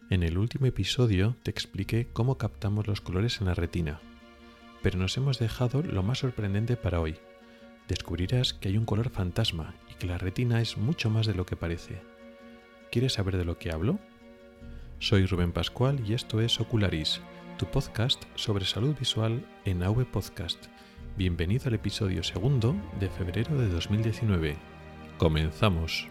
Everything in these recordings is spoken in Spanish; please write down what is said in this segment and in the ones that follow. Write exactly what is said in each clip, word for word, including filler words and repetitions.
En el último episodio te expliqué cómo captamos los colores en la retina, pero nos hemos dejado lo más sorprendente para hoy. Descubrirás que hay un color fantasma y que la retina es mucho más de lo que parece. ¿Quieres saber de lo que hablo? Soy Rubén Pascual y esto es Ocularis, tu podcast sobre salud visual en A V Podcast. Bienvenido al episodio segundo de febrero de dos mil diecinueve. ¡Comenzamos!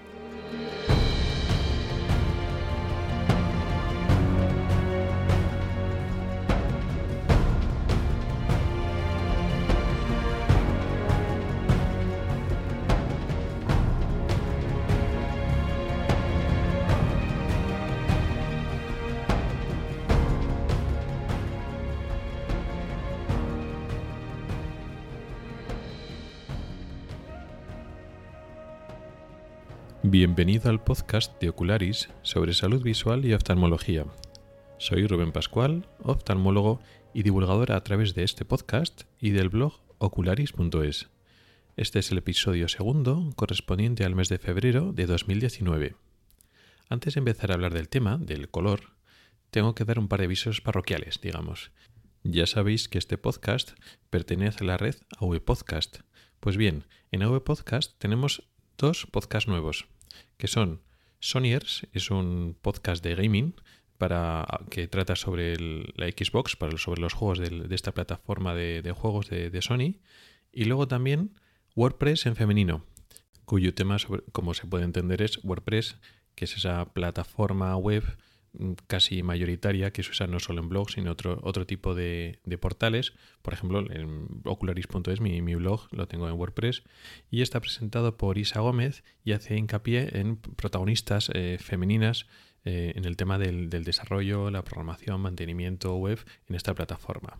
Bienvenido al podcast de Ocularis sobre salud visual y oftalmología. Soy Rubén Pascual, oftalmólogo y divulgador a través de este podcast y del blog ocularis punto es. Este es el episodio segundo correspondiente al mes de febrero de dos mil diecinueve. Antes de empezar a hablar del tema, del color, tengo que dar un par de avisos parroquiales, digamos. Ya sabéis que este podcast pertenece a la red A V Podcast. Pues bien, en A V Podcast tenemos dos podcasts nuevos, que son Sonyers, es un podcast de gaming para que trata sobre el, la Xbox, para, sobre los juegos de, de esta plataforma de, de juegos de, de Sony, y luego también WordPress en femenino, cuyo tema, sobre, como se puede entender, es WordPress, que es esa plataforma web casi mayoritaria que se usa no solo en blogs, sino otro, otro tipo de, de portales. Por ejemplo, en ocularis punto es, mi, mi blog, lo tengo en WordPress, y está presentado por Isa Gómez y hace hincapié en protagonistas eh, femeninas eh, en el tema del, del desarrollo, la programación, mantenimiento web en esta plataforma.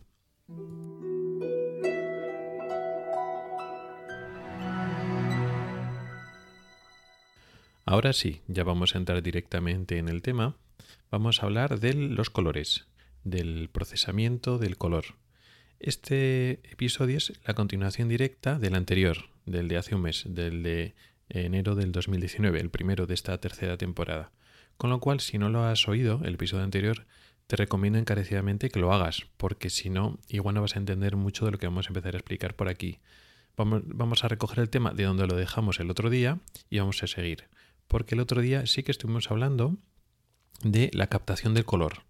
Ahora sí, ya vamos a entrar directamente en el tema. Vamos a hablar de los colores, del procesamiento del color. Este episodio es la continuación directa del anterior, del de hace un mes, del de enero del dos mil diecinueve, el primero de esta tercera temporada. Con lo cual, si no lo has oído, el episodio anterior, te recomiendo encarecidamente que lo hagas, porque si no, igual no vas a entender mucho de lo que vamos a empezar a explicar por aquí. Vamos, vamos a recoger el tema de donde lo dejamos el otro día y vamos a seguir. Porque el otro día sí que estuvimos hablando de la captación del color.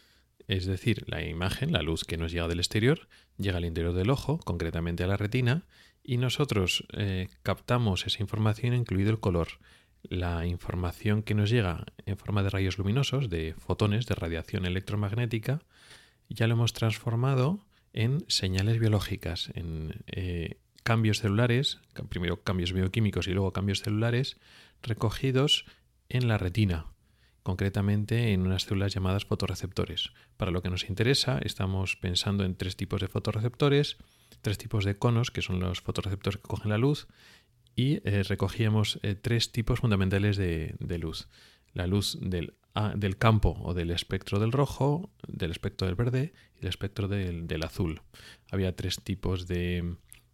Es decir, la imagen, la luz que nos llega del exterior, llega al interior del ojo, concretamente a la retina, y nosotros eh, captamos esa información, incluido el color. La información que nos llega en forma de rayos luminosos, de fotones, de radiación electromagnética, ya lo hemos transformado en señales biológicas, en eh, cambios celulares, primero cambios bioquímicos y luego cambios celulares, recogidos en la retina, concretamente en unas células llamadas fotorreceptores. Para lo que nos interesa, estamos pensando en tres tipos de fotorreceptores, tres tipos de conos, que son los fotorreceptores que cogen la luz, y eh, recogíamos eh, tres tipos fundamentales de, de luz. La luz del, a, del campo o del espectro del rojo, del espectro del verde y el espectro del, del azul. Había tres tipos de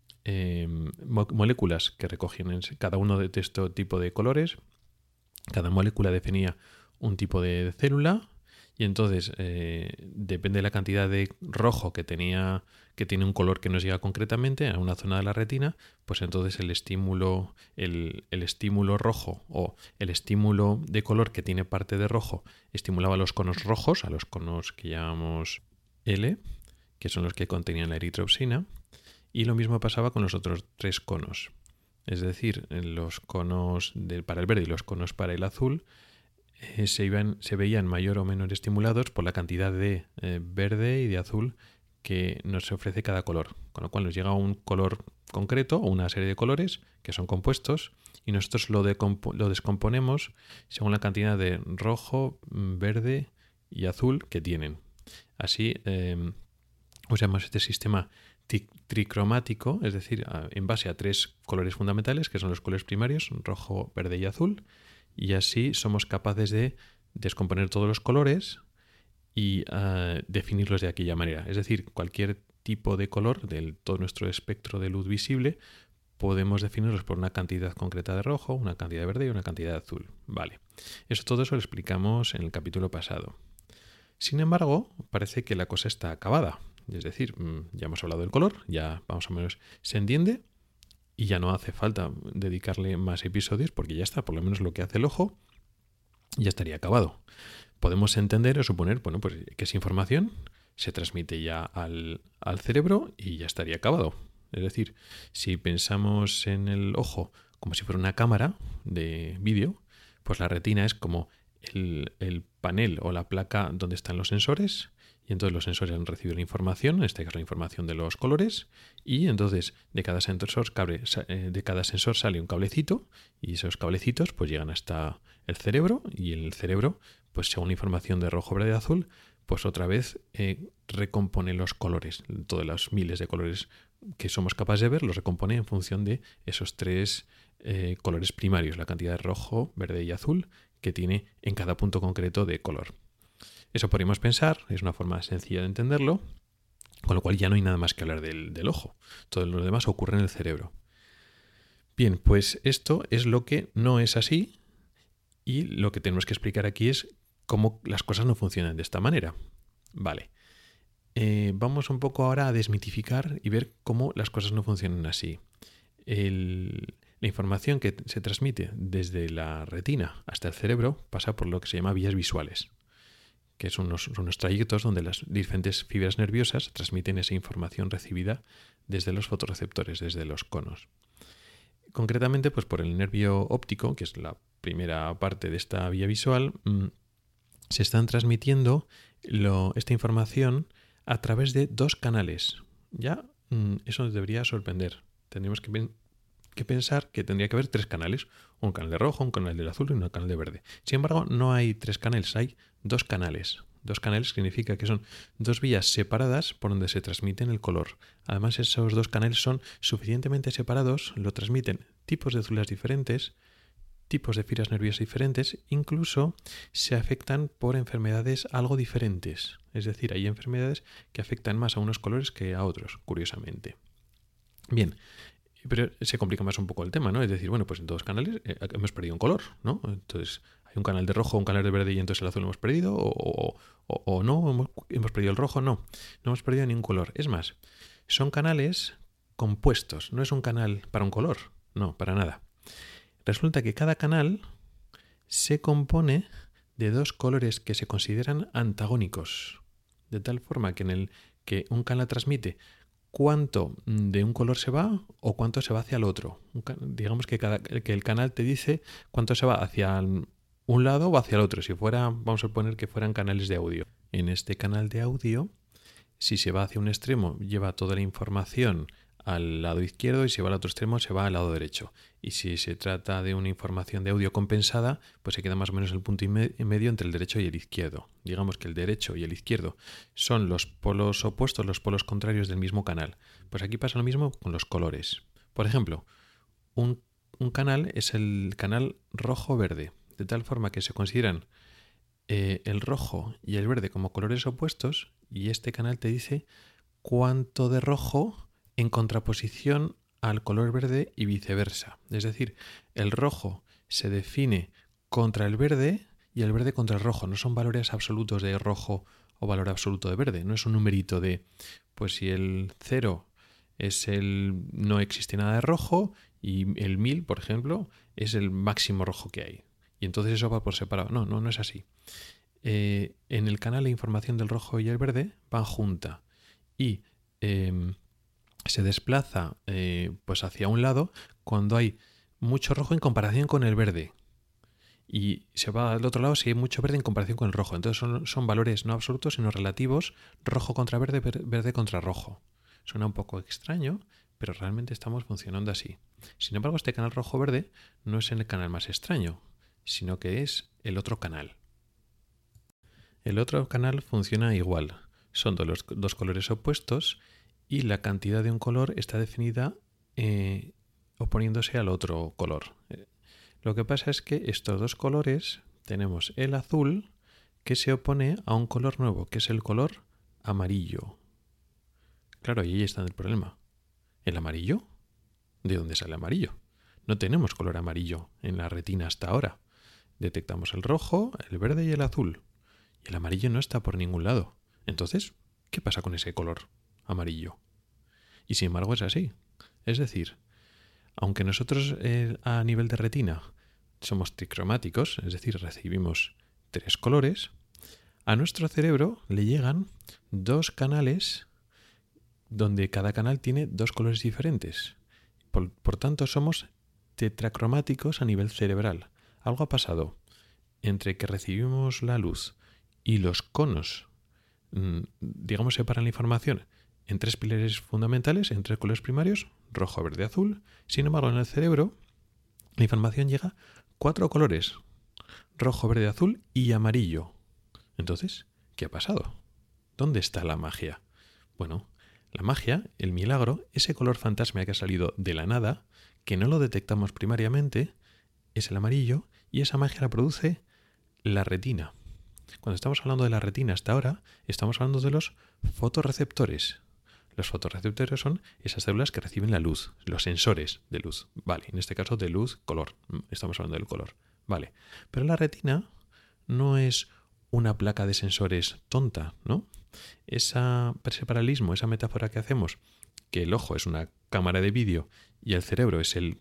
eh, mo- moléculas que recogían en cada uno de este tipo de colores. Cada molécula definía un tipo de célula y entonces eh, depende de la cantidad de rojo que tenía, que tiene un color que nos llega concretamente a una zona de la retina, pues entonces el estímulo, el, el estímulo rojo o el estímulo de color que tiene parte de rojo estimulaba a los conos rojos, a los conos que llamamos L, que son los que contenían la eritropsina, y lo mismo pasaba con los otros tres conos. Es decir, los conos de, para el verde y los conos para el azul eh, se, iban, se veían mayor o menor estimulados por la cantidad de eh, verde y de azul que nos ofrece cada color. Con lo cual nos llega un color concreto o una serie de colores que son compuestos y nosotros lo, decompo- lo descomponemos según la cantidad de rojo, verde y azul que tienen. Así eh, usamos este sistema tricromático, es decir, en base a tres colores fundamentales, que son los colores primarios, rojo, verde y azul, y así somos capaces de descomponer todos los colores y uh, definirlos de aquella manera. Es decir, cualquier tipo de color de todo nuestro espectro de luz visible podemos definirlos por una cantidad concreta de rojo, una cantidad de verde y una cantidad de azul. Vale, eso todo eso lo explicamos en el capítulo pasado. Sin embargo, parece que la cosa está acabada. Es decir, ya hemos hablado del color, ya más o menos se entiende y ya no hace falta dedicarle más episodios porque ya está, por lo menos lo que hace el ojo ya estaría acabado. Podemos entender o suponer, bueno, pues que esa información se transmite ya al, al cerebro y ya estaría acabado. Es decir, si pensamos en el ojo como si fuera una cámara de vídeo, pues la retina es como el, el panel o la placa donde están los sensores, y entonces los sensores han recibido la información, en este caso la información de los colores, y entonces de cada sensor, cable, de cada sensor sale un cablecito, y esos cablecitos pues llegan hasta el cerebro, y en el cerebro, pues según la información de rojo, verde y azul, pues otra vez eh, recompone los colores, todos los miles de colores que somos capaces de ver, los recompone en función de esos tres eh, colores primarios, la cantidad de rojo, verde y azul que tiene en cada punto concreto de color. Eso podríamos pensar, es una forma sencilla de entenderlo, con lo cual ya no hay nada más que hablar del, del ojo. Todo lo demás ocurre en el cerebro. Bien, pues esto es lo que no es así y lo que tenemos que explicar aquí es cómo las cosas no funcionan de esta manera. Vale. Eh, vamos un poco ahora a desmitificar y ver cómo las cosas no funcionan así. El, la información que se transmite desde la retina hasta el cerebro pasa por lo que se llama vías visuales, que son unos, son unos trayectos donde las diferentes fibras nerviosas transmiten esa información recibida desde los fotorreceptores, desde los conos. Concretamente, pues por el nervio óptico, que es la primera parte de esta vía visual, mmm, se están transmitiendo lo, esta información a través de dos canales. Ya mmm, eso nos debería sorprender. Tendríamos que, pen- que pensar que tendría que haber tres canales, un canal de rojo, un canal del azul y un canal de verde. Sin embargo, no hay tres canales, hay dos canales. Dos canales significa que son dos vías separadas por donde se transmiten el color. Además, esos dos canales son suficientemente separados, lo transmiten tipos de células diferentes, tipos de fibras nerviosas diferentes, incluso se afectan por enfermedades algo diferentes. Es decir, hay enfermedades que afectan más a unos colores que a otros, curiosamente. Bien, pero se complica más un poco el tema, ¿no? Es decir, bueno, pues en todos los canales eh, hemos perdido un color, ¿no? Entonces, hay un canal de rojo, un canal de verde y entonces el azul lo hemos perdido, o, o, o, o no, hemos, hemos perdido el rojo, no. No hemos perdido ningún color. Es más, son canales compuestos, no es un canal para un color, no, para nada. Resulta que cada canal se compone de dos colores que se consideran antagónicos, de tal forma que en el que un canal transmite cuánto de un color se va o cuánto se va hacia el otro. Digamos que, cada, que el canal te dice cuánto se va hacia un lado o hacia el otro. Si fuera, vamos a suponer que fueran canales de audio. En este canal de audio, si se va hacia un extremo, lleva toda la información al lado izquierdo y si va al otro extremo se va al lado derecho. Y si se trata de una información de audio compensada, pues se queda más o menos el punto y medio entre el derecho y el izquierdo. Digamos que el derecho y el izquierdo son los polos opuestos, los polos contrarios del mismo canal. Pues aquí pasa lo mismo con los colores. Por ejemplo, un, un canal es el canal rojo-verde, de tal forma que se consideran eh, el rojo y el verde como colores opuestos y este canal te dice cuánto de rojo en contraposición al color verde y viceversa. Es decir, el rojo se define contra el verde y el verde contra el rojo. No son valores absolutos de rojo o valor absoluto de verde. No es un numerito de, pues si el cero es el no existe nada de rojo y el mil, por ejemplo, es el máximo rojo que hay. Y entonces eso va por separado. No, no, no es así. Eh, en el canal la información del rojo y el verde van junta y eh, se desplaza eh, pues hacia un lado cuando hay mucho rojo en comparación con el verde y se va al otro lado si hay mucho verde en comparación con el rojo. Entonces son, son valores no absolutos sino relativos, rojo contra verde, verde contra rojo. Suena un poco extraño, pero realmente estamos funcionando así. Sin embargo, este canal rojo-verde no es el canal más extraño, sino que es el otro canal. El otro canal funciona igual. Son dos, los, dos colores opuestos y la cantidad de un color está definida eh, oponiéndose al otro color. Eh, lo que pasa es que estos dos colores tenemos el azul que se opone a un color nuevo, que es el color amarillo. Claro, y ahí está el problema. ¿El amarillo? ¿De dónde sale amarillo? No tenemos color amarillo en la retina hasta ahora. Detectamos el rojo, el verde y el azul. Y el amarillo no está por ningún lado. Entonces, ¿qué pasa con ese color amarillo? Y sin embargo es así. Es decir, aunque nosotros eh, a nivel de retina somos tricromáticos, es decir, recibimos tres colores, a nuestro cerebro le llegan dos canales donde cada canal tiene dos colores diferentes. Por, por tanto, somos tetracromáticos a nivel cerebral. Algo ha pasado entre que recibimos la luz y los conos, digamos, separan la información en tres pilares fundamentales, en tres colores primarios, rojo, verde, azul. Sin embargo, en el cerebro la información llega cuatro colores, rojo, verde, azul y amarillo. Entonces, ¿qué ha pasado? ¿Dónde está la magia? Bueno, la magia, el milagro, ese color fantasma que ha salido de la nada, que no lo detectamos primariamente, es el amarillo, y esa magia la produce la retina. Cuando estamos hablando de la retina hasta ahora, estamos hablando de los fotorreceptores. Los fotorreceptores son esas células que reciben la luz, los sensores de luz. Vale, en este caso de luz, color. Estamos hablando del color. Vale, pero la retina no es una placa de sensores tonta, ¿no? Esa, ese paralelismo, esa metáfora que hacemos, que el ojo es una cámara de vídeo y el cerebro es el,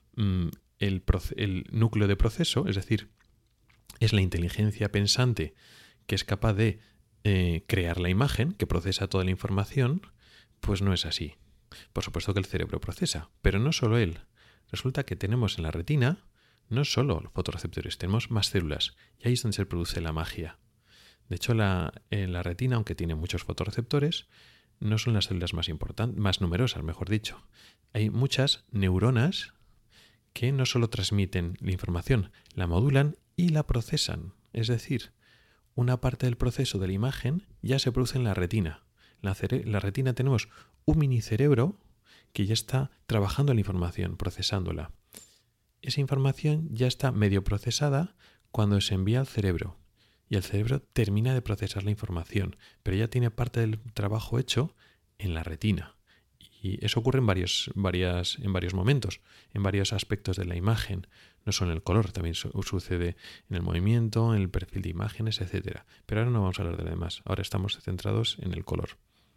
el, el núcleo de proceso, es decir, es la inteligencia pensante que es capaz de eh, crear la imagen, que procesa toda la información, pues no es así. Por supuesto que el cerebro procesa, pero no solo él. Resulta que tenemos en la retina no solo los fotorreceptores, tenemos más células, y ahí es donde se produce la magia. De hecho, la, en la retina, aunque tiene muchos fotorreceptores, no son las células más importantes, más numerosas, mejor dicho. Hay muchas neuronas que no solo transmiten la información, la modulan y la procesan. Es decir, una parte del proceso de la imagen ya se produce en la retina. En la, cere- en la retina tenemos un minicerebro que ya está trabajando la información, procesándola. Esa información ya está medio procesada cuando se envía al cerebro. Y el cerebro termina de procesar la información, pero ya tiene parte del trabajo hecho en la retina. Y eso ocurre en varios, varias, en varios momentos, en varios aspectos de la imagen. No solo en el color, también su- sucede en el movimiento, en el perfil de imágenes, etcétera. Pero ahora no vamos a hablar de lo demás. Ahora estamos centrados en el color.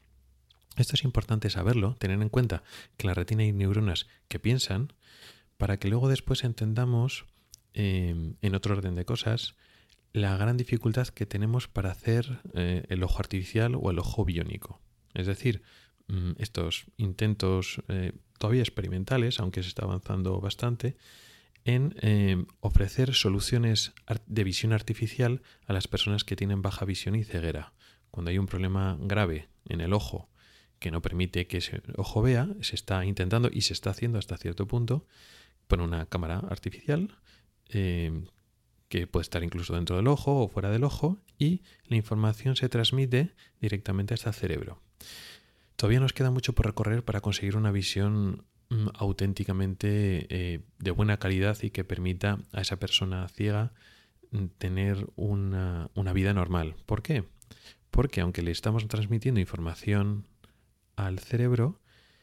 Esto es importante saberlo, tener en cuenta que en la retina hay neuronas que piensan, para que luego después entendamos, eh, en otro orden de cosas, la gran dificultad que tenemos para hacer eh, el ojo artificial o el ojo biónico. Es decir, estos intentos eh, todavía experimentales, aunque se está avanzando bastante, en eh, ofrecer soluciones de visión artificial a las personas que tienen baja visión y ceguera. Cuando hay un problema grave en el ojo que no permite que ese ojo vea, se está intentando y se está haciendo hasta cierto punto poner una cámara artificial eh, que puede estar incluso dentro del ojo o fuera del ojo, y la información se transmite directamente hasta el cerebro. Todavía nos queda mucho por recorrer para conseguir una visión mm, auténticamente eh, de buena calidad y que permita a esa persona ciega mm, tener una, una vida normal. ¿Por qué? Porque aunque le estamos transmitiendo información al cerebro,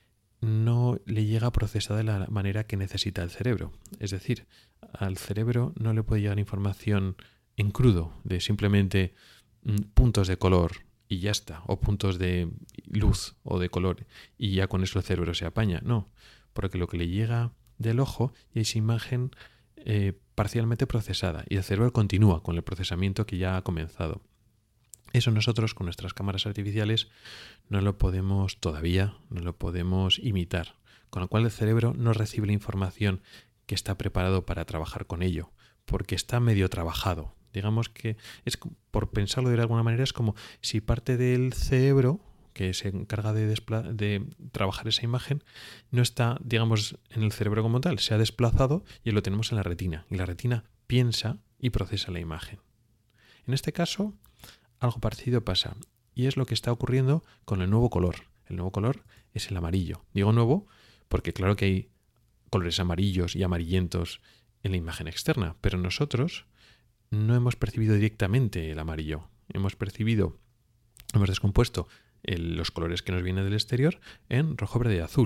no le llega procesada de la manera que necesita el cerebro. Es decir, al cerebro no le puede llegar información en crudo, de simplemente mm, puntos de color y ya está, o puntos de luz o de color y ya con eso el cerebro se apaña. No, porque lo que le llega del ojo es imagen eh, parcialmente procesada y el cerebro continúa con el procesamiento que ya ha comenzado. Eso nosotros con nuestras cámaras artificiales no lo podemos todavía, no lo podemos imitar, con lo cual el cerebro no recibe la información que está preparado para trabajar con ello, porque está medio trabajado. Digamos que, es por pensarlo de alguna manera, es como si parte del cerebro que se encarga de, despla- de trabajar esa imagen no está, digamos, en el cerebro como tal, se ha desplazado y lo tenemos en la retina, y la retina piensa y procesa la imagen. En este caso, algo parecido pasa, y es lo que está ocurriendo con el nuevo color. El nuevo color es el amarillo. Digo nuevo porque claro que hay colores amarillos y amarillentos en la imagen externa, pero nosotros no hemos percibido directamente el amarillo. Hemos percibido, hemos descompuesto el, los colores que nos vienen del exterior en rojo, verde y azul.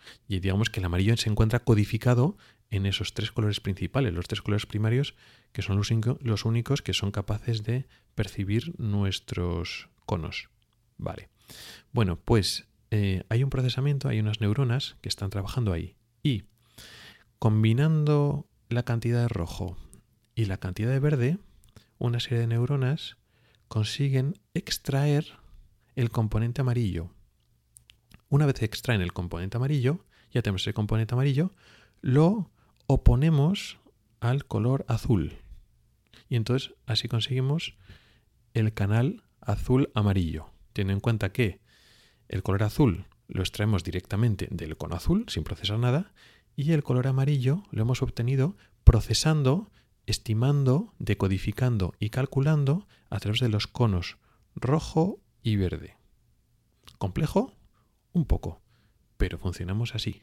Y digamos que el amarillo se encuentra codificado en esos tres colores principales, los tres colores primarios, que son los, los únicos que son capaces de percibir nuestros conos. Vale. Bueno, pues eh, hay un procesamiento, hay unas neuronas que están trabajando ahí. Y combinando la cantidad de rojo y la cantidad de verde, una serie de neuronas consiguen extraer el componente amarillo. Una vez extraen el componente amarillo, ya tenemos el componente amarillo, lo oponemos al color azul. Y entonces así conseguimos el canal azul-amarillo. Ten en cuenta que el color azul lo extraemos directamente del cono azul, sin procesar nada, y el color amarillo lo hemos obtenido procesando, estimando, decodificando y calculando a través de los conos rojo y verde. ¿Complejo? Un poco, pero funcionamos así.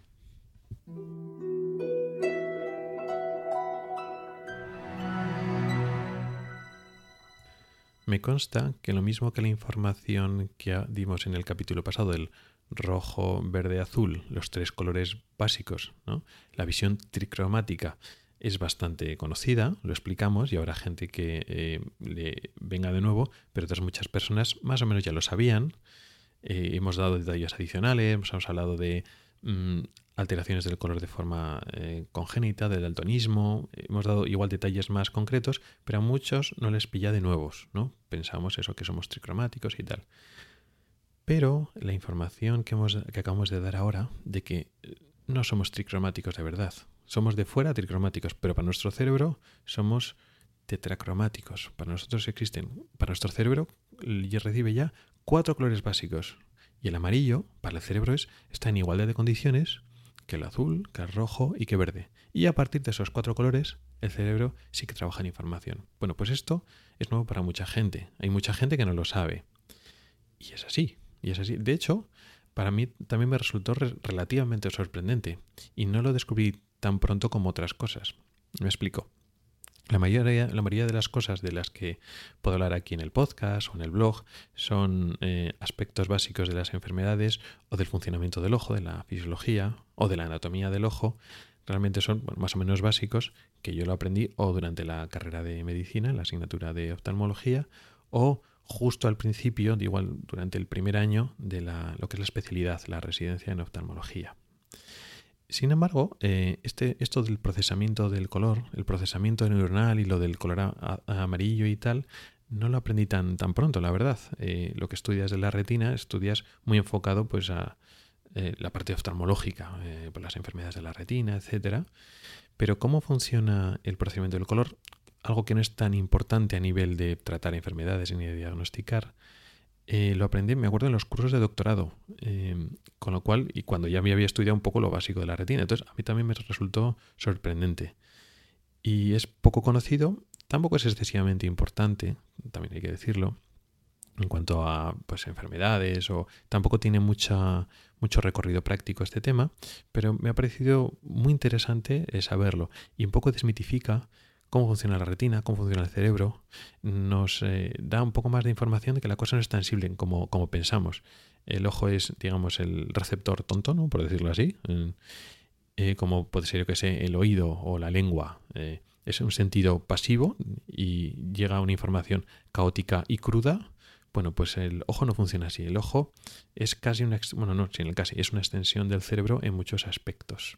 Me consta que lo mismo que la información que dimos en el capítulo pasado del rojo, verde, azul, los tres colores básicos, ¿no? La visión tricromática es bastante conocida, lo explicamos y habrá gente que eh, le venga de nuevo, pero otras muchas personas más o menos ya lo sabían. Eh, hemos dado detalles adicionales, hemos hablado de mmm, alteraciones del color de forma eh, congénita, del daltonismo, eh, hemos dado igual detalles más concretos, pero a muchos no les pilla de nuevos, ¿no? Pensamos eso, que somos tricromáticos y tal. Pero la información que, hemos, que acabamos de dar ahora, de que no somos tricromáticos de verdad, somos de fuera tricromáticos, pero para nuestro cerebro somos tetracromáticos. Para nosotros existen, para nuestro cerebro recibe ya cuatro colores básicos. Y el amarillo, para el cerebro, es, está en igualdad de condiciones que el azul, que el rojo y que verde. Y a partir de esos cuatro colores, el cerebro sí que trabaja en información. Bueno, pues esto es nuevo para mucha gente. Hay mucha gente que no lo sabe. Y es así, y es así. De hecho, para mí también me resultó re- relativamente sorprendente. Y no lo descubrí tan pronto como otras cosas. Me explico. La mayoría, la mayoría de las cosas de las que puedo hablar aquí en el podcast o en el blog son eh, aspectos básicos de las enfermedades o del funcionamiento del ojo, de la fisiología o de la anatomía del ojo. Realmente son bueno, más o menos básicos que yo lo aprendí o durante la carrera de medicina, en la asignatura de oftalmología, o justo al principio, igual durante el primer año de la, lo que es la especialidad, la residencia en oftalmología. Sin embargo, eh, este, esto del procesamiento del color, el procesamiento neuronal y lo del color a, a amarillo y tal, no lo aprendí tan, tan pronto, la verdad. Eh, lo que estudias de la retina, estudias muy enfocado pues, a eh, la parte oftalmológica, eh, por las enfermedades de la retina, etcétera. Pero cómo funciona el procesamiento del color, algo que no es tan importante a nivel de tratar enfermedades ni de diagnosticar, Eh, lo aprendí, me acuerdo, en los cursos de doctorado, eh, con lo cual, y cuando ya me había estudiado un poco lo básico de la retina, entonces a mí también me resultó sorprendente. Y es poco conocido, tampoco es excesivamente importante, también hay que decirlo, en cuanto a pues, enfermedades, o tampoco tiene mucha, mucho recorrido práctico este tema, pero me ha parecido muy interesante saberlo y un poco desmitifica cómo funciona la retina, cómo funciona el cerebro, nos eh, da un poco más de información de que la cosa no es tan simple como, como pensamos. El ojo es, digamos, el receptor tonto, ¿no? Por decirlo así, eh, eh, como puede ser, yo que sé, el oído o la lengua. Eh, es un sentido pasivo y llega una información caótica y cruda. Bueno, pues el ojo no funciona así. El ojo es casi una, bueno, no, sino casi, es una extensión del cerebro en muchos aspectos.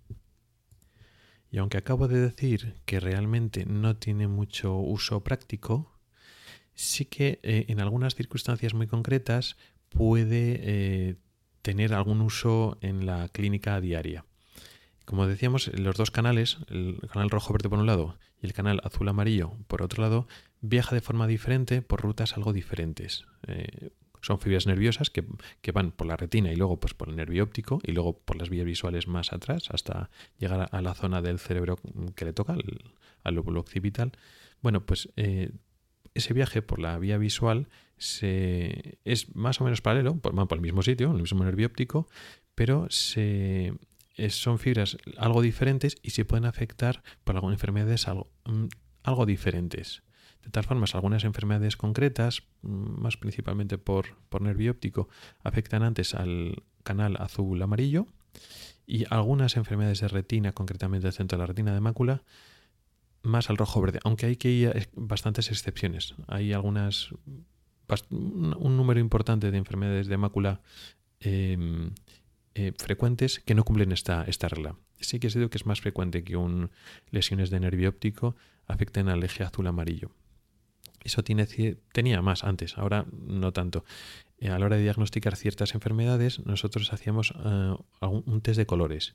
Y aunque acabo de decir que realmente no tiene mucho uso práctico, sí que eh, en algunas circunstancias muy concretas puede eh, tener algún uso en la clínica diaria. Como decíamos, los dos canales, el canal rojo-verde por un lado y el canal azul-amarillo por otro lado, viaja de forma diferente por rutas algo diferentes. Eh, son fibras nerviosas que, que van por la retina y luego pues, por el nervio óptico y luego por las vías visuales más atrás hasta llegar a, a la zona del cerebro que le toca, al, al lóbulo occipital. Bueno, pues eh, ese viaje por la vía visual se, es más o menos paralelo, por, van por el mismo sitio, el mismo nervio óptico, pero se, es, son fibras algo diferentes y se pueden afectar por algunas enfermedades algo, algo diferentes. De tal forma, algunas enfermedades concretas, más principalmente por, por nervio óptico, afectan antes al canal azul-amarillo Y algunas enfermedades de retina, concretamente el centro de la retina de mácula, más al rojo verde, aunque hay que ir bastantes excepciones. Hay algunas, un número importante de enfermedades de mácula eh, eh, frecuentes que no cumplen esta, esta regla. Sí que es cierto que es más frecuente que un, lesiones de nervio óptico afecten al eje azul-amarillo. Eso tiene, tenía más antes, ahora no tanto. Eh, a la hora de diagnosticar ciertas enfermedades, nosotros hacíamos uh, un test de colores.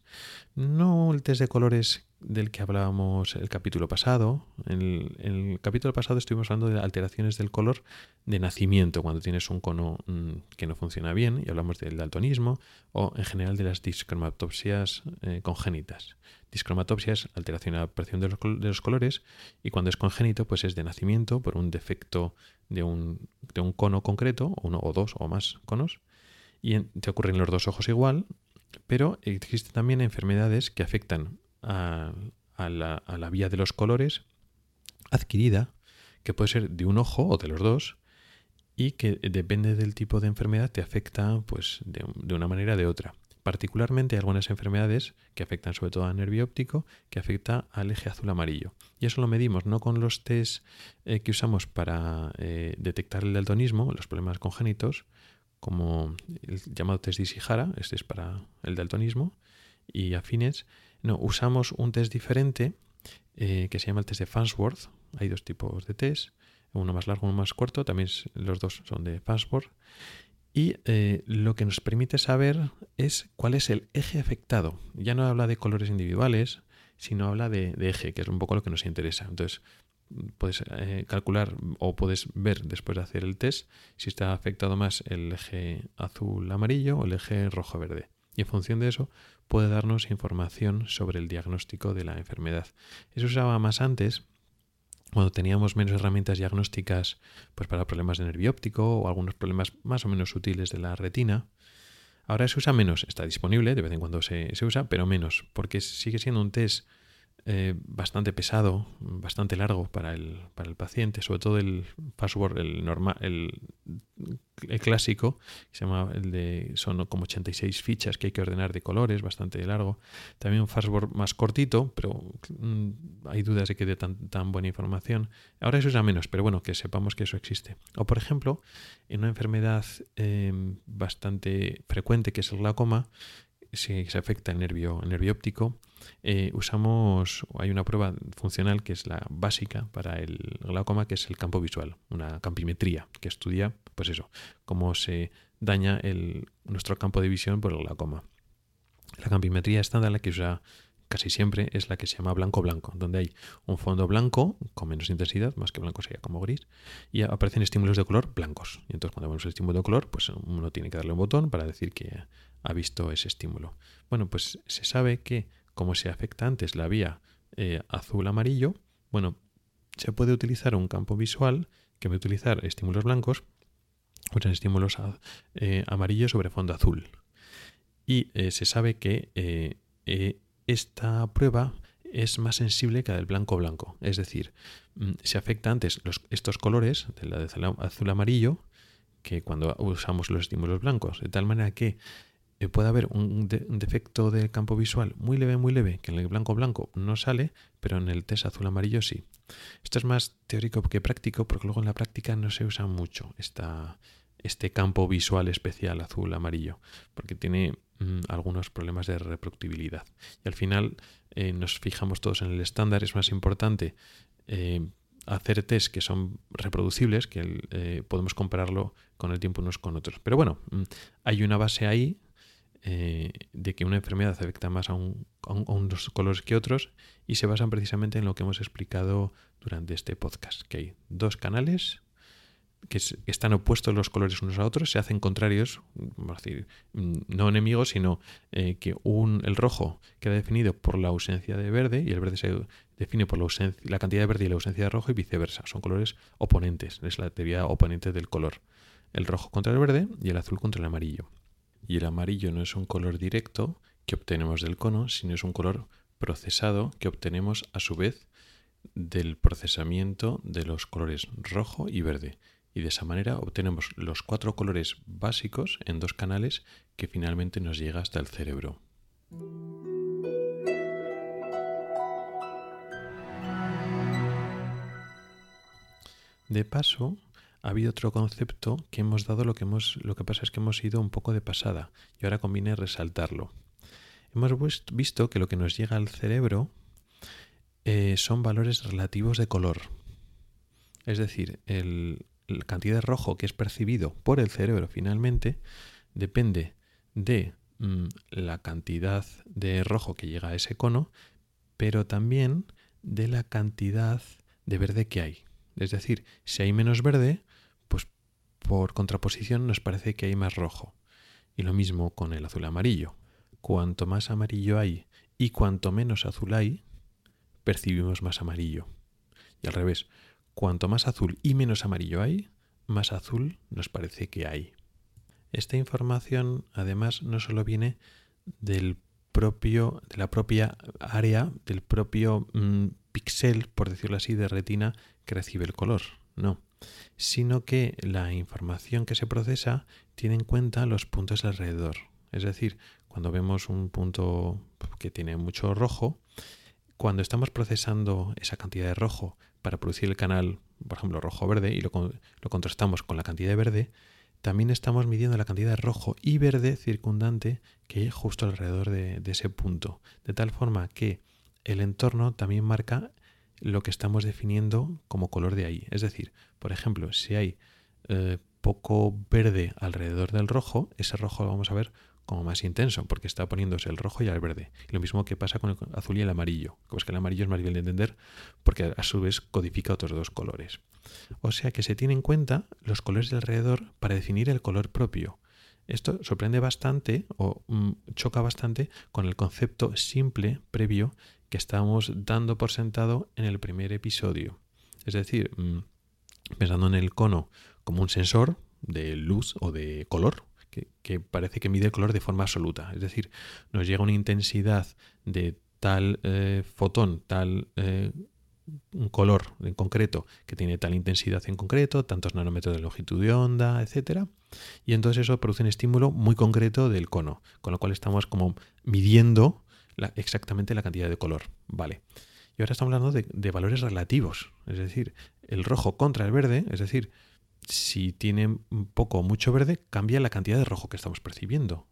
No el test de colores del que hablábamos el capítulo pasado. En el, en el capítulo pasado estuvimos hablando de alteraciones del color de nacimiento, cuando tienes un cono mmm, que no funciona bien, y hablamos del daltonismo, o en general de las discromatopsias eh, congénitas. Discromatopsia es alteración en la aparición de los, de los colores, y cuando es congénito, pues es de nacimiento por un defecto de un, de un cono concreto, uno o dos o más conos, y en, te ocurren los dos ojos igual, pero existen también enfermedades que afectan a, a, la, a la vía de los colores adquirida, que puede ser de un ojo o de los dos, y que depende del tipo de enfermedad te afecta pues, de, de una manera o de otra. Particularmente hay algunas enfermedades que afectan sobre todo al nervio óptico, que afecta al eje azul-amarillo. Y eso lo medimos no con los test eh, que usamos para eh, detectar el daltonismo, los problemas congénitos, como el llamado test de Ishihara, este es para el daltonismo, y afines. No, usamos un test diferente eh, que se llama el test de Farnsworth. Hay dos tipos de test, uno más largo, uno más corto, también es, los dos son de Farnsworth. Y eh, lo que nos permite saber es cuál es el eje afectado. Ya no habla de colores individuales, sino habla de, de eje, que es un poco lo que nos interesa. Entonces, puedes eh, calcular o puedes ver después de hacer el test si está afectado más el eje azul-amarillo o el eje rojo-verde. Y en función de eso puede darnos información sobre el diagnóstico de la enfermedad. Eso se usaba más antes, cuando teníamos menos herramientas diagnósticas pues para problemas de nervio óptico o algunos problemas más o menos sutiles de la retina. Ahora se usa menos, está disponible, de vez en cuando se, se usa, pero menos, porque sigue siendo un test eh, bastante pesado, bastante largo para el, para el paciente, sobre todo el Farnsworth, el normal, el, el clásico, que se llama el de, son como ochenta y seis fichas que hay que ordenar de colores, bastante largo. También un Farnsworth más cortito, pero mmm, hay dudas de que dé tan, tan buena información. Ahora se usa menos, pero bueno, que sepamos que eso existe. O por ejemplo, en una enfermedad eh, bastante frecuente que es el glaucoma, si se afecta el nervio, el nervio óptico, eh, usamos, hay una prueba funcional que es la básica para el glaucoma, que es el campo visual, una campimetría que estudia, pues eso, cómo se daña el, nuestro campo de visión por el glaucoma. La campimetría estándar, la que usa casi siempre, es la que se llama blanco-blanco, donde hay un fondo blanco con menos intensidad, más que blanco sería como gris, y aparecen estímulos de color blancos. Y entonces cuando vemos el estímulo de color, pues uno tiene que darle un botón para decir que ha visto ese estímulo. Bueno, pues se sabe que como se afecta antes la vía eh, azul-amarillo, bueno, se puede utilizar un campo visual que va a utilizar estímulos blancos, o sea, estímulos eh, amarillos sobre fondo azul. Y eh, se sabe que eh, eh, esta prueba es más sensible que la del blanco-blanco. Es decir, se afecta antes los, estos colores, de la de azul-amarillo, que cuando usamos los estímulos blancos. De tal manera que eh, puede haber un, de, un defecto del campo visual muy leve, muy leve, que en el blanco-blanco no sale, pero en el test azul-amarillo sí. Esto es más teórico que práctico, porque luego en la práctica no se usa mucho esta, este campo visual especial azul-amarillo, porque tiene mmm, algunos problemas de reproductibilidad. Y al final eh, nos fijamos todos en el estándar. Es más importante eh, hacer test que son reproducibles, que eh, podemos compararlo con el tiempo unos con otros. Pero bueno, hay una base ahí eh, de que una enfermedad afecta más a, un, a, un, a unos colores que otros, y se basan precisamente en lo que hemos explicado durante este podcast, que hay dos canales que están opuestos los colores unos a otros, se hacen contrarios, vamos a decir, no enemigos, sino eh, que un, el rojo queda definido por la ausencia de verde y el verde se define por la, ausencia, la cantidad de verde y la ausencia de rojo, y viceversa. Son colores oponentes, es la teoría oponente del color. El rojo contra el verde y el azul contra el amarillo. Y el amarillo no es un color directo que obtenemos del cono, sino es un color procesado que obtenemos a su vez del procesamiento de los colores rojo y verde. Y de esa manera obtenemos los cuatro colores básicos en dos canales que finalmente nos llega hasta el cerebro. De paso, ha habido otro concepto que hemos dado, lo que, hemos, lo que pasa es que hemos ido un poco de pasada y ahora conviene resaltarlo. Hemos visto que lo que nos llega al cerebro eh, son valores relativos de color. Es decir, el, la cantidad de rojo que es percibido por el cerebro finalmente depende de mm, la cantidad de rojo que llega a ese cono, pero también de la cantidad de verde que hay. Es decir, si hay menos verde, pues por contraposición nos parece que hay más rojo. Y lo mismo con el azul amarillo. Cuanto más amarillo hay y cuanto menos azul hay, percibimos más amarillo. Y al revés, cuanto más azul y menos amarillo hay, más azul nos parece que hay. Esta información, además, no solo viene del propio, de la propia área, del propio mmm, píxel, por decirlo así, de retina que recibe el color, no, sino que la información que se procesa tiene en cuenta los puntos alrededor. Es decir, cuando vemos un punto que tiene mucho rojo, cuando estamos procesando esa cantidad de rojo para producir el canal, por ejemplo, rojo-verde, y lo, lo contrastamos con la cantidad de verde, también estamos midiendo la cantidad de rojo y verde circundante que hay justo alrededor de, de ese punto. De tal forma que el entorno también marca lo que estamos definiendo como color de ahí. Es decir, por ejemplo, si hay eh, poco verde alrededor del rojo, ese rojo lo vamos a ver como más intenso, porque está poniéndose el rojo y el verde. Y lo mismo que pasa con el azul y el amarillo. Pues que el amarillo es más bien de entender porque a su vez codifica otros dos colores. O sea que se tiene en cuenta los colores de alrededor para definir el color propio. Esto sorprende bastante o mm, choca bastante con el concepto simple previo que estábamos dando por sentado en el primer episodio. Es decir, mmm, pensando en el cono como un sensor de luz o de color, que, que parece que mide el color de forma absoluta. Es decir, nos llega una intensidad de tal eh, fotón, tal eh, un color en concreto que tiene tal intensidad en concreto, tantos nanómetros de longitud de onda, etcétera. Y entonces eso produce un estímulo muy concreto del cono, con lo cual estamos como midiendo la, exactamente la cantidad de color. Vale. Y ahora estamos hablando de, de valores relativos, es decir, el rojo contra el verde, es decir, si tiene poco o mucho verde, cambia la cantidad de rojo que estamos percibiendo.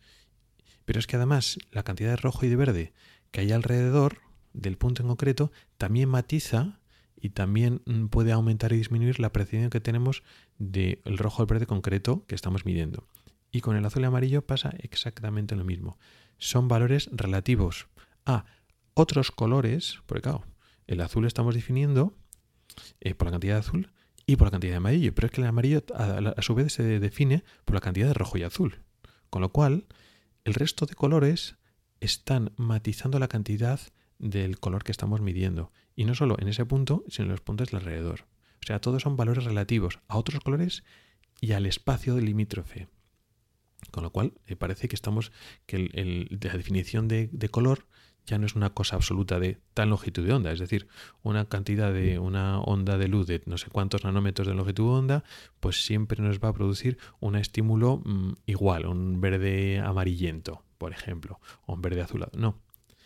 Pero es que además la cantidad de rojo y de verde que hay alrededor del punto en concreto también matiza y también puede aumentar y disminuir la percepción que tenemos del rojo al verde concreto que estamos midiendo. Y con el azul y amarillo pasa exactamente lo mismo. Son valores relativos a otros colores, porque claro, el azul estamos definiendo eh, por la cantidad de azul y por la cantidad de amarillo, pero es que el amarillo a, a su vez se define por la cantidad de rojo y azul. Con lo cual, el resto de colores están matizando la cantidad del color que estamos midiendo. Y no solo en ese punto, sino en los puntos de alrededor. O sea, todos son valores relativos a otros colores y al espacio limítrofe. Con lo cual, eh, parece que estamos que el, el, la definición de, de color ya no es una cosa absoluta de tal longitud de onda, es decir, una cantidad de una onda de luz de no sé cuántos nanómetros de longitud de onda, pues siempre nos va a producir un estímulo mmm, igual, un verde amarillento, por ejemplo, o un verde azulado. No.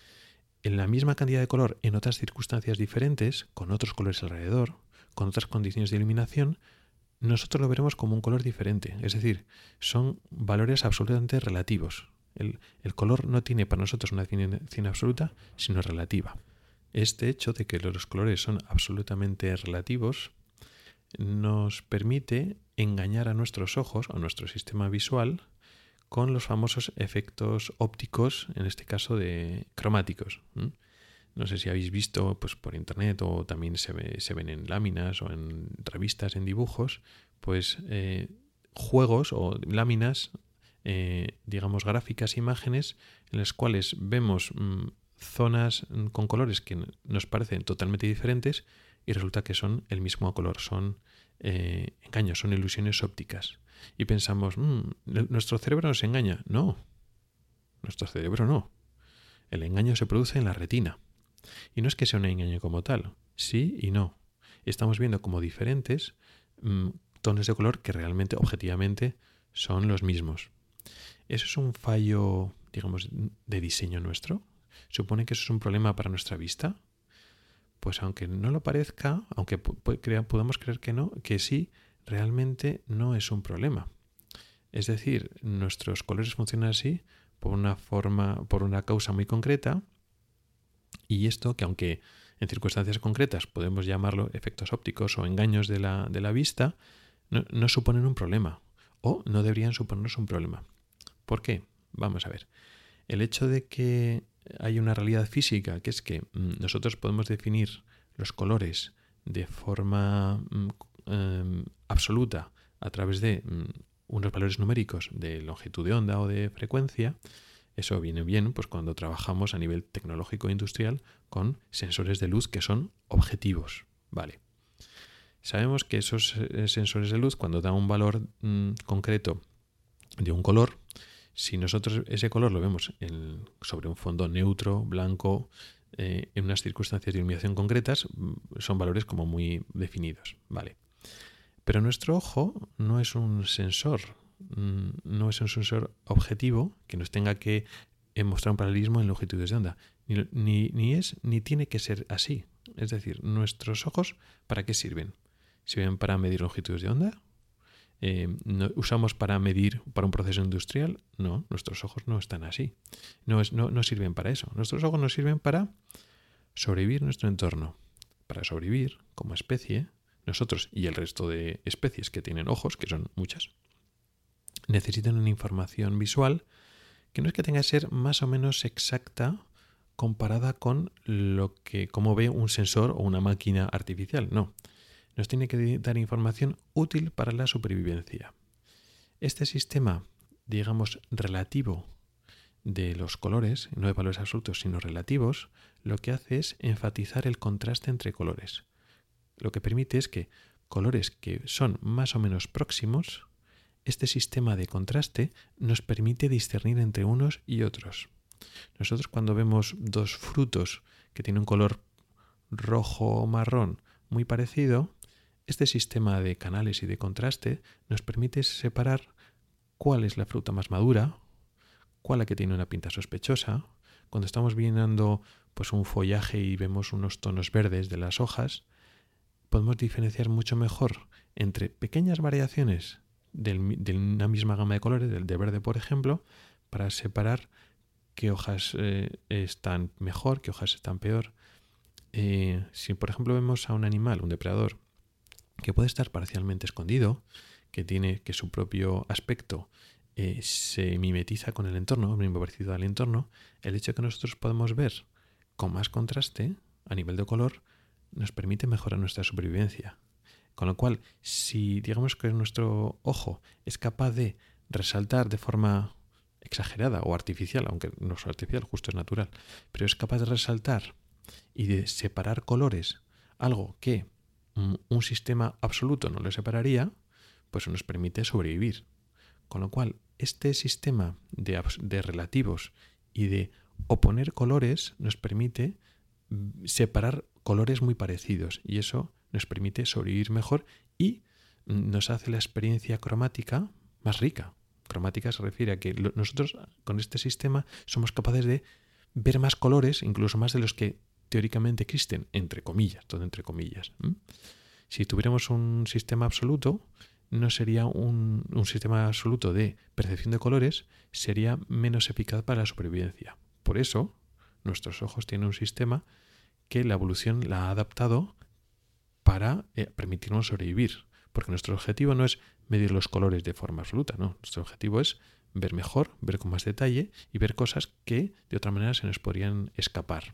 En la misma cantidad de color, en otras circunstancias diferentes, con otros colores alrededor, con otras condiciones de iluminación, nosotros lo veremos como un color diferente. Es decir, son valores absolutamente relativos. El, el color no tiene para nosotros una definición absoluta, sino relativa. Este hecho de que los colores son absolutamente relativos nos permite engañar a nuestros ojos, a nuestro sistema visual, con los famosos efectos ópticos, en este caso de cromáticos. ¿Mm? No sé si habéis visto pues, por internet o también se, ve, se ven en láminas o en revistas, en dibujos, pues eh, juegos o láminas, eh, digamos gráficas, imágenes en las cuales vemos mmm, zonas con colores que nos parecen totalmente diferentes y resulta que son el mismo color, son eh, engaños, son ilusiones ópticas. Y pensamos, mmm, ¿nuestro cerebro nos engaña? No, nuestro cerebro no. El engaño se produce en la retina. Y no es que sea un engaño como tal, sí y no. Estamos viendo como diferentes mmm, tonos de color que realmente, objetivamente, son los mismos. Eso es un fallo, digamos, de diseño nuestro? ¿Supone que eso es un problema para nuestra vista? Pues aunque no lo parezca, aunque podamos creer que no, que sí, realmente no es un problema. Es decir, nuestros colores funcionan así por una forma, por una causa muy concreta, y esto que aunque en circunstancias concretas podemos llamarlo efectos ópticos o engaños de la, de la vista, no, no suponen un problema, o no deberían suponernos un problema. ¿Por qué? Vamos a ver. El hecho de que hay una realidad física, que es que mm, nosotros podemos definir los colores de forma mm, eh, absoluta a través de mm, unos valores numéricos de longitud de onda o de frecuencia, eso viene bien pues cuando trabajamos a nivel tecnológico e industrial con sensores de luz que son objetivos. Vale. Sabemos que esos eh, sensores de luz, cuando dan un valor mm, concreto de un color, si nosotros ese color lo vemos en, sobre un fondo neutro, blanco, eh, en unas circunstancias de iluminación concretas, son valores como muy definidos. Vale. Pero nuestro ojo no es un sensor, no es un sensor objetivo que nos tenga que mostrar un paralelismo en longitudes de onda. Ni, ni, ni es ni tiene que ser así. Es decir, nuestros ojos, ¿para qué sirven? ¿Sirven para medir longitudes de onda? Eh, no, ¿Usamos para medir para un proceso industrial? No, nuestros ojos no están así. No, es, no, no sirven para eso. Nuestros ojos nos sirven para sobrevivir en nuestro entorno. Para sobrevivir como especie, nosotros y el resto de especies que tienen ojos, que son muchas, necesitan una información visual que no es que tenga que ser más o menos exacta comparada con lo que cómo ve un sensor o una máquina artificial. No. Nos tiene que dar información útil para la supervivencia. Este sistema, digamos, relativo de los colores, no de valores absolutos, sino relativos, lo que hace es enfatizar el contraste entre colores. Lo que permite es que colores que son más o menos próximos, este sistema de contraste nos permite discernir entre unos y otros. Nosotros cuando vemos dos frutos que tienen un color rojo o marrón muy parecido, este sistema de canales y de contraste nos permite separar cuál es la fruta más madura, cuál la que tiene una pinta sospechosa. Cuando estamos viendo pues, un follaje y vemos unos tonos verdes de las hojas, podemos diferenciar mucho mejor entre pequeñas variaciones del, de una misma gama de colores, del de verde por ejemplo, para separar qué hojas eh, están mejor, qué hojas están peor. Eh, si por ejemplo vemos a un animal, un depredador, que puede estar parcialmente escondido, que tiene que su propio aspecto eh, se mimetiza con el entorno, muy parecido al entorno, el hecho de que nosotros podemos ver con más contraste a nivel de color nos permite mejorar nuestra supervivencia. Con lo cual, si digamos que nuestro ojo es capaz de resaltar de forma exagerada o artificial, aunque no es artificial, justo es natural, pero es capaz de resaltar y de separar colores, algo que un sistema absoluto no lo separaría, pues nos permite sobrevivir. Con lo cual, este sistema de, de relativos y de oponer colores nos permite separar colores muy parecidos y eso nos permite sobrevivir mejor y nos hace la experiencia cromática más rica. Cromática se refiere a que nosotros con este sistema somos capaces de ver más colores, incluso más de los que teóricamente existen, entre comillas, todo entre comillas. ¿Mm? Si tuviéramos un sistema absoluto, no sería un, un sistema absoluto de percepción de colores, sería menos eficaz para la supervivencia. Por eso, nuestros ojos tienen un sistema que la evolución la ha adaptado para eh, permitirnos sobrevivir. Porque nuestro objetivo no es medir los colores de forma absoluta, no. Nuestro objetivo es ver mejor, ver con más detalle y ver cosas que de otra manera se nos podrían escapar.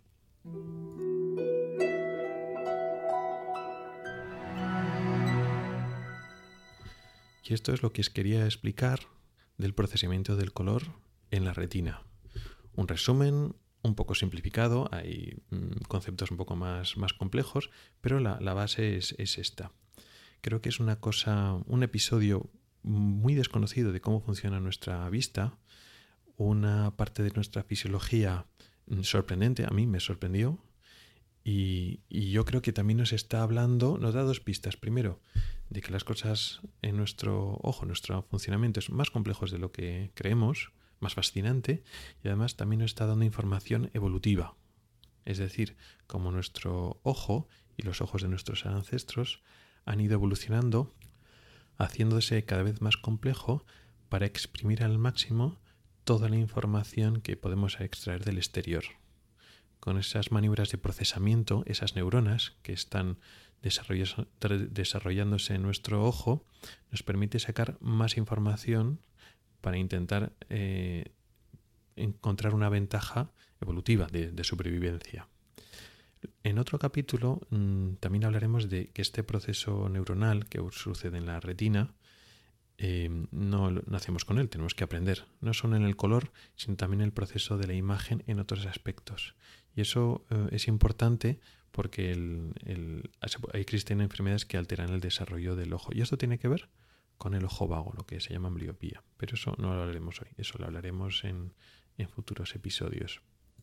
Y esto es lo que os quería explicar del procesamiento del color en la retina. Un resumen un poco simplificado, hay mmm, conceptos un poco más, más complejos, pero la, la base es, es esta. Creo que es una cosa, un episodio muy desconocido de cómo funciona nuestra vista, una parte de nuestra fisiología sorprendente, a mí me sorprendió, y, y yo creo que también nos está hablando, nos da dos pistas. Primero, de que las cosas en nuestro ojo, en nuestro funcionamiento, es más complejos de lo que creemos, más fascinante y además también nos está dando información evolutiva. Es decir, como nuestro ojo y los ojos de nuestros ancestros han ido evolucionando, haciéndose cada vez más complejo para exprimir al máximo toda la información que podemos extraer del exterior. Con esas maniobras de procesamiento, esas neuronas que están desarrollándose en nuestro ojo, nos permite sacar más información para intentar eh, encontrar una ventaja evolutiva de, de supervivencia. En otro capítulo mmm, también hablaremos de que este proceso neuronal que sucede en la retina eh, no nacemos con él, tenemos que aprender, no solo en el color, sino también en el proceso de la imagen en otros aspectos. Y eso eh, es importante porque el, el, existen enfermedades que alteran el desarrollo del ojo. Y esto tiene que ver con el ojo vago, lo que se llama ambliopía. Pero eso no lo hablaremos hoy, eso lo hablaremos en, en futuros episodios.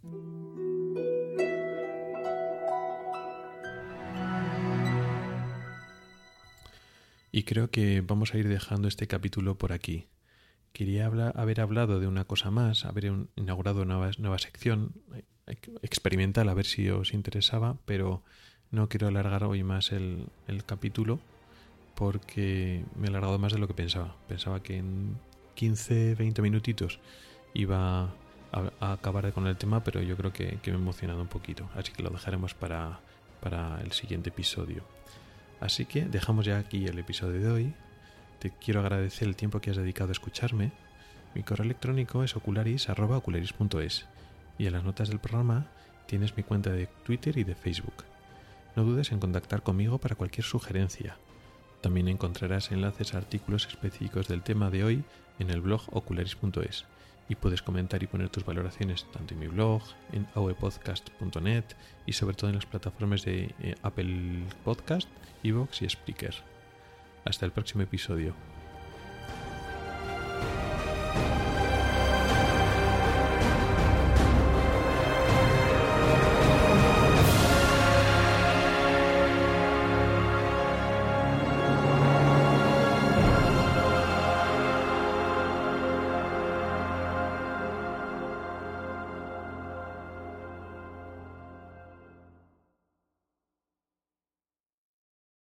Y creo que vamos a ir dejando este capítulo por aquí. Quería hablar, haber hablado de una cosa más, haber un, inaugurado una nueva, nueva sección experimental, a ver si os interesaba, pero no quiero alargar hoy más el, el capítulo porque me he alargado más de lo que pensaba. Pensaba que en quince, veinte minutitos iba a, a acabar con el tema, pero yo creo que, que me he emocionado un poquito, así que lo dejaremos para, para el siguiente episodio. Así que dejamos ya aquí el episodio de hoy. Te quiero agradecer el tiempo que has dedicado a escucharme. Mi correo electrónico es ocularis arroba ocularis punto es y en las notas del programa tienes mi cuenta de Twitter y de Facebook. No dudes en contactar conmigo para cualquier sugerencia. También encontrarás enlaces a artículos específicos del tema de hoy en el blog ocularis punto es y puedes comentar y poner tus valoraciones tanto en mi blog, en awepodcast punto net y sobre todo en las plataformas de eh, Apple Podcast, iVoox y Spreaker. Hasta el próximo episodio.